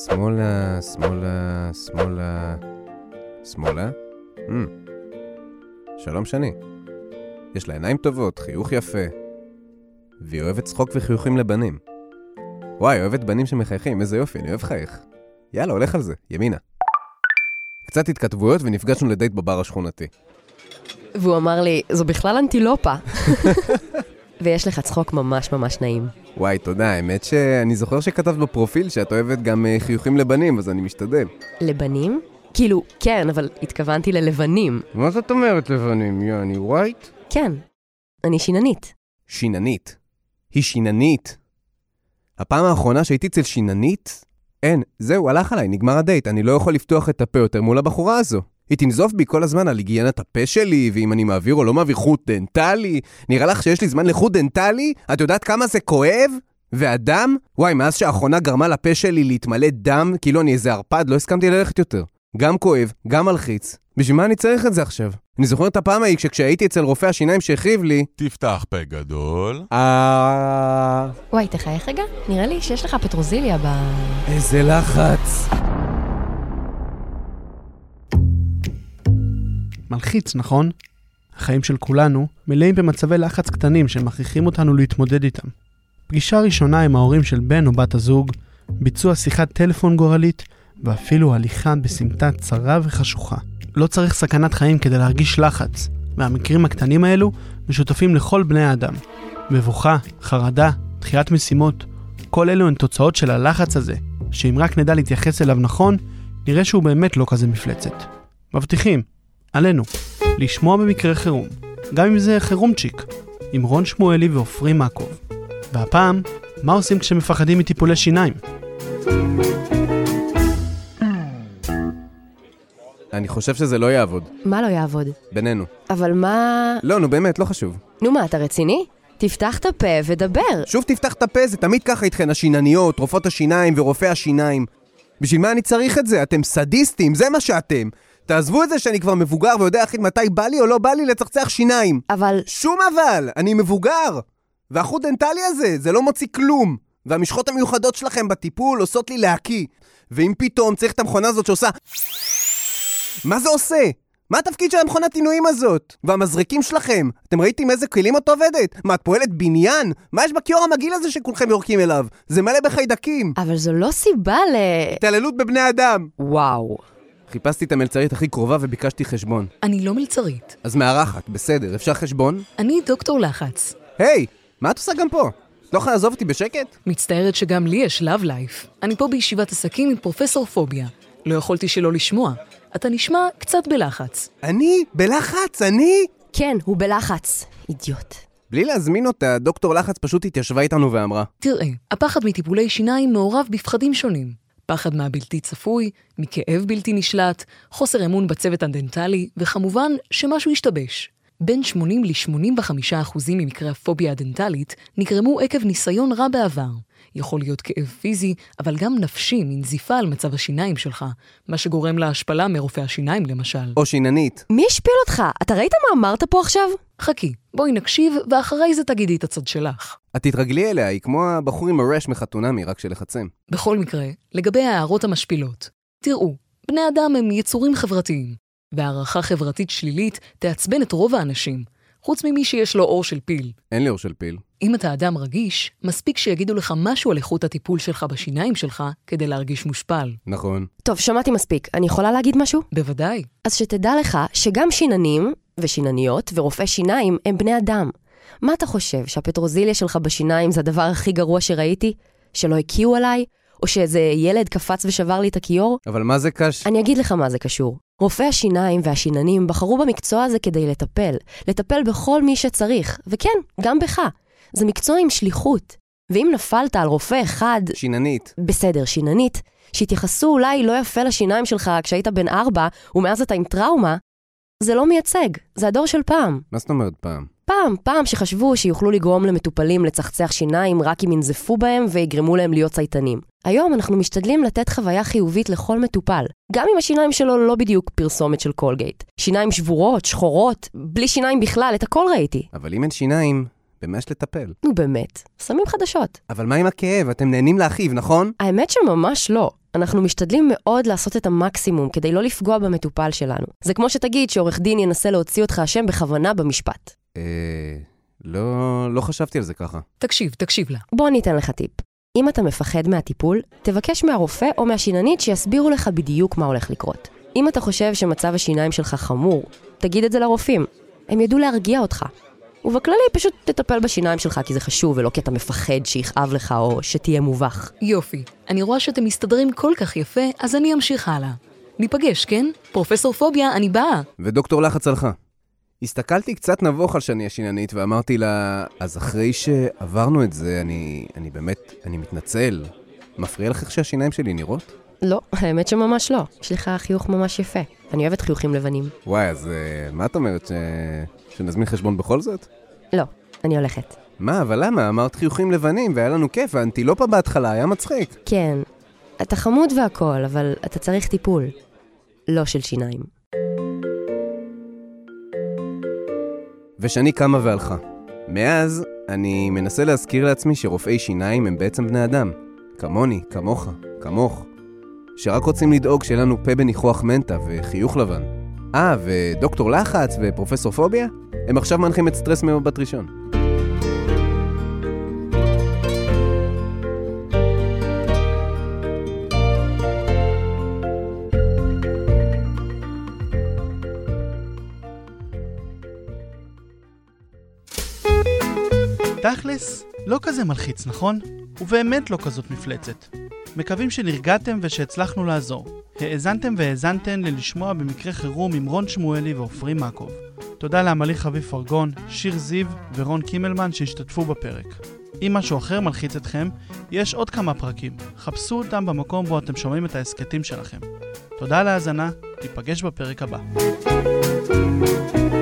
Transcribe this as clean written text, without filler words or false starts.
שמאלה, שמאלה, שמאלה, שמאלה? שלום שני. יש לה עיניים טובות, חיוך יפה. והיא אוהבת צחוק וחיוכים לבנים. וואי, אוהבת בנים שמחייכים, איזה יופי, אני אוהב חייך. יאללה, הולך על זה, ימינה. קצת התכתבויות ונפגשנו לדייט בבר השכונתי. והוא אמר לי, זו בכלל אנטילופה. ויש לך צחוק ממש ממש נעים. וואי, תודה, האמת שאני זוכר שכתבת בפרופיל שאת אוהבת גם חיוכים לבנים, אז אני משתדל. לבנים? כאילו, כן, אבל התכוונתי ללבנים. מה זאת אומרת לבנים? אני ווייט? כן, אני שיננית. שיננית? היא שיננית. הפעם האחרונה שהייתי אצל שיננית? אין, זהו, הלך עליי, נגמר הדייט, אני לא יכול לפתוח את הפה יותר מול הבחורה הזו. היא תנזוף בי כל הזמן על היגיינת הפה שלי, ואם אני מעביר או לא מעביר חוט דנטלי. נראה לך שיש לי זמן לחוט דנטלי? את יודעת כמה זה כואב? והדם? וואי, מאז שהאחרונה גרמה לפה שלי להתמלא דם, כאילו אני איזה ערפד, לא הסכמתי ללכת יותר. גם כואב, גם מלחיץ. בשביל מה אני צריך את זה עכשיו? אני זוכר את הפעם ההיא כשהייתי אצל רופא השיניים שהחריב לי. תפתח פה גדול. וואי, תחייך רגע? נראה לי שיש לך פטרוזיליה איזה לחץ. מלחיץ, נכון? החיים של כולנו מלאים במצבי לחץ קטנים שמכריחים אותנו להתמודד איתם. פגישה ראשונה עם ההורים של בן או בת הזוג, ביצוע שיחת טלפון גורלית, ואפילו הליכה בסמטה צרה וחשוכה. לא צריך סכנת חיים כדי להרגיש לחץ, והמקרים הקטנים האלו משותפים לכל בני האדם. מבוכה, חרדה, דחיית משימות, כל אלו הן תוצאות של הלחץ הזה, שאם רק נדע להתייחס אליו נכון, נראה שהוא באמת לא כזה מפלצת. מבטיחים, עלינו, לשמוע במקרה חירום, גם אם זה חירום-צ'יק, עם רון שמואלי ואופרי מקוב. והפעם, מה עושים כשמפחדים מטיפולי שיניים? אני חושב שזה לא יעבוד. מה לא יעבוד? בינינו. אבל מה... לא, נו באמת, לא חשוב. נו מה, אתה רציני? תפתח את הפה ודבר. שוב תפתח את הפה, זה תמיד ככה איתכן, השינניות, רופאות השיניים ורופאי השיניים. בשביל מה אני צריך את זה? אתם סדיסטים, זה מה שאתם. תעזבו את זה שאני כבר מבוגר ויודע אחי מתי בא לי או לא בא לי לצחצח שיניים. אבל... שום אבל, אני מבוגר. והחוט דנטלי הזה, זה לא מוציא כלום. והמשחות המיוחדות שלכם בטיפול עושות לי להקיא. ואם פתאום צריך את המכונה הזאת שעושה... מה זה עושה? מה התפקיד של המכונת עינויים הזאת? והמזריקים שלכם, אתם ראיתם איזה כלים את עובדת? מה, את פועלת בניין? מה יש בכיור המגיל הזה שכולכם יורקים אליו? זה מלא בחיידקים. אבל זו לא סיבה התעללות בבני אדם. וואו. חיפשתי את המלצרית הכי קרובה וביקשתי חשבון. אני לא מלצרית. אז מארחת, בסדר, אפשר חשבון? אני דוקטור לחץ. היי, מה את עושה גם פה? לא יכולה לעזוב אותי בשקט? מצטערת שגם לי יש love life. אני פה בישיבת עסקים עם פרופסור פוביה. לא יכולתי שלא לשמוע. אתה נשמע קצת בלחץ. אני? בלחץ? אני? כן, הוא בלחץ. אידיוט. בלי להזמין אותה, דוקטור לחץ פשוט התיישבה איתנו ואמרה. תראה, הפחד מטיפולי שיניים מעורב בפחדים שונים. פחד מהבלתי צפוי, מכאב בלתי נשלט, חוסר אמון בצוות הדנטלי, וכמובן שמשהו ישתבש. בין 80 ל-85% ממקרי הפוביה הדנטלית נגרמו עקב ניסיון רע בעבר. יכול להיות כאב פיזי, אבל גם נפשי, מנזיפה על מצב השיניים שלך, מה שגורם להשפלה מרופא השיניים למשל. או שיננית. מי השפיל אותך? אתה ראית מה אמרת פה עכשיו? חכי, בואי נקשיב, ואחרי זה תגידי את הצד שלך. את תתרגלי אליה, היא כמו הבחור עם הרש מחתונמי, רק שלחצם. בכל מקרה, לגבי ההערות המשפילות, תראו, בני אדם הם יצורים חברתיים, והערכה חברתית שלילית תעצבן את רוב האנשים, חוץ ממי שיש לו אור של פיל. אין לי אור של פיל. אם אתה אדם רגיש, מספיק שיגידו לך משהו על איכות הטיפול שלך בשיניים שלך, כדי להרגיש מושפל. נכון. טוב, שמעתי מספיק. אני יכולה להגיד משהו? בוודאי. אז שתדע לך שגם שיננים ושינניות ורופאי שיניים הם בני אדם. מה אתה חושב, שהפטרוזיליה שלך בשיניים זה הדבר הכי גרוע שראיתי? שלא הקיעו עליי? או שאיזה ילד קפץ ושבר לי את הכיור? אבל מה זה אני אגיד לך מה זה קשור. רופאי השיניים והשיננים בחרו במקצוע הזה כדי לטפל בכל מי שצריך, וכן, גם בך. זה מקצוע עם שליחות. ואם נפלת על רופא אחד... שיננית. בסדר, שיננית, שהתייחסו אולי לא יפה לשיניים שלך כשהיית בן 4, ומאז אתה עם טראומה, זה לא מייצג, זה הדור של פעם. מה זאת אומרת פעם? פעם שחשבו שיוכלו לגרום למטופלים לצחצח שיניים רק אם ינזפו בהם ויגרמו להם להיות צייתנים. היום אנחנו משתדלים לתת חוויה חיובית לכל מטופל, גם אם השיניים שלו לא בדיוק פרסומת של קולגייט. שיניים שבורות, שחורות, בלי שיניים בכלל, את הכל ראיתי. אבל אם אין שיניים, במה יש לטפל? נו באמת, שמים חדשות. אבל מה עם הכאב? אתם נהנים להכאיב, נכון? האמת שממש לא. אנחנו משתדלים מאוד לעשות את המקסימום כדי לא לפגוע במטופל שלנו. זה כמו שתגיד שעורך דין ינסה להוציא אותך השם בכוונה במשפט. לא חשבתי על זה ככה. תקשיב לה. בוא ניתן לך טיפ. אם אתה מפחד מהטיפול, תבקש מהרופא או מהשיננית שיסבירו לך בדיוק מה הולך לקרות. אם אתה חושב שמצב השיניים שלך חמור, תגיד את זה לרופאים. הם ידעו להרגיע אותך. ובכללי פשוט תטפל בשיניים שלך כי זה חשוב ולא כי אתה מפחד שיכאב לך או שתהיה מובך. יופי. אני רואה שאתם מסתדרים כל כך יפה, אז אני אמשיך הלאה. ניפגש, כן? פרופסור פוביה, אני באה. ודוקטור לחץ הלכה. הסתכלתי קצת נבוך על שאני השיננית ואמרתי לה, אז אחרי שעברנו את זה, אני מתנצל. מפריע לך שהשיניים שלי נראות? לא, האמת שממש לא. יש לך חיוך ממש יפה. אני אוהבת חיוכים לבנים. וואי, אז מה את אומרת? שנזמין חשבון בכל זאת? לא, אני הולכת. מה, אבל למה? אמרת חיוכים לבנים והיה לנו כיף, והאנטילופה בהתחלה היה מצחיק. כן, אתה חמוד והכל, אבל אתה צריך טיפול. לא של שיניים. ושני קמה והלכה. מאז אני מנסה להזכיר לעצמי שרופאי שיניים הם בעצם בני אדם. כמוני, כמוך, כמוך. שרק רוצים לדאוג שיהיה לנו פה בניחוח מנטה וחיוך לבן. ודוקטור לחץ ופרופסור פוביה? הם עכשיו מנחים את סטרס ממבט ראשון. תכלס, לא כזה מלחיץ, נכון? ובאמת לא כזאת מפלצת. מקווים שנרגעתם ושהצלחנו לעזור. האזנתם והאזנתן ללשמוע במקרה חירום עם רון שמואלי ואופרי מקוב. תודה לעמלי חביב פרגון, שיר זיו ורון קימלמן שהשתתפו בפרק. אם משהו אחר מלחיץ אתכם, יש עוד כמה פרקים. חפשו אותם במקום בו אתם שומעים את העסקטים שלכם. תודה על ההאזנה, ניפגש בפרק הבא.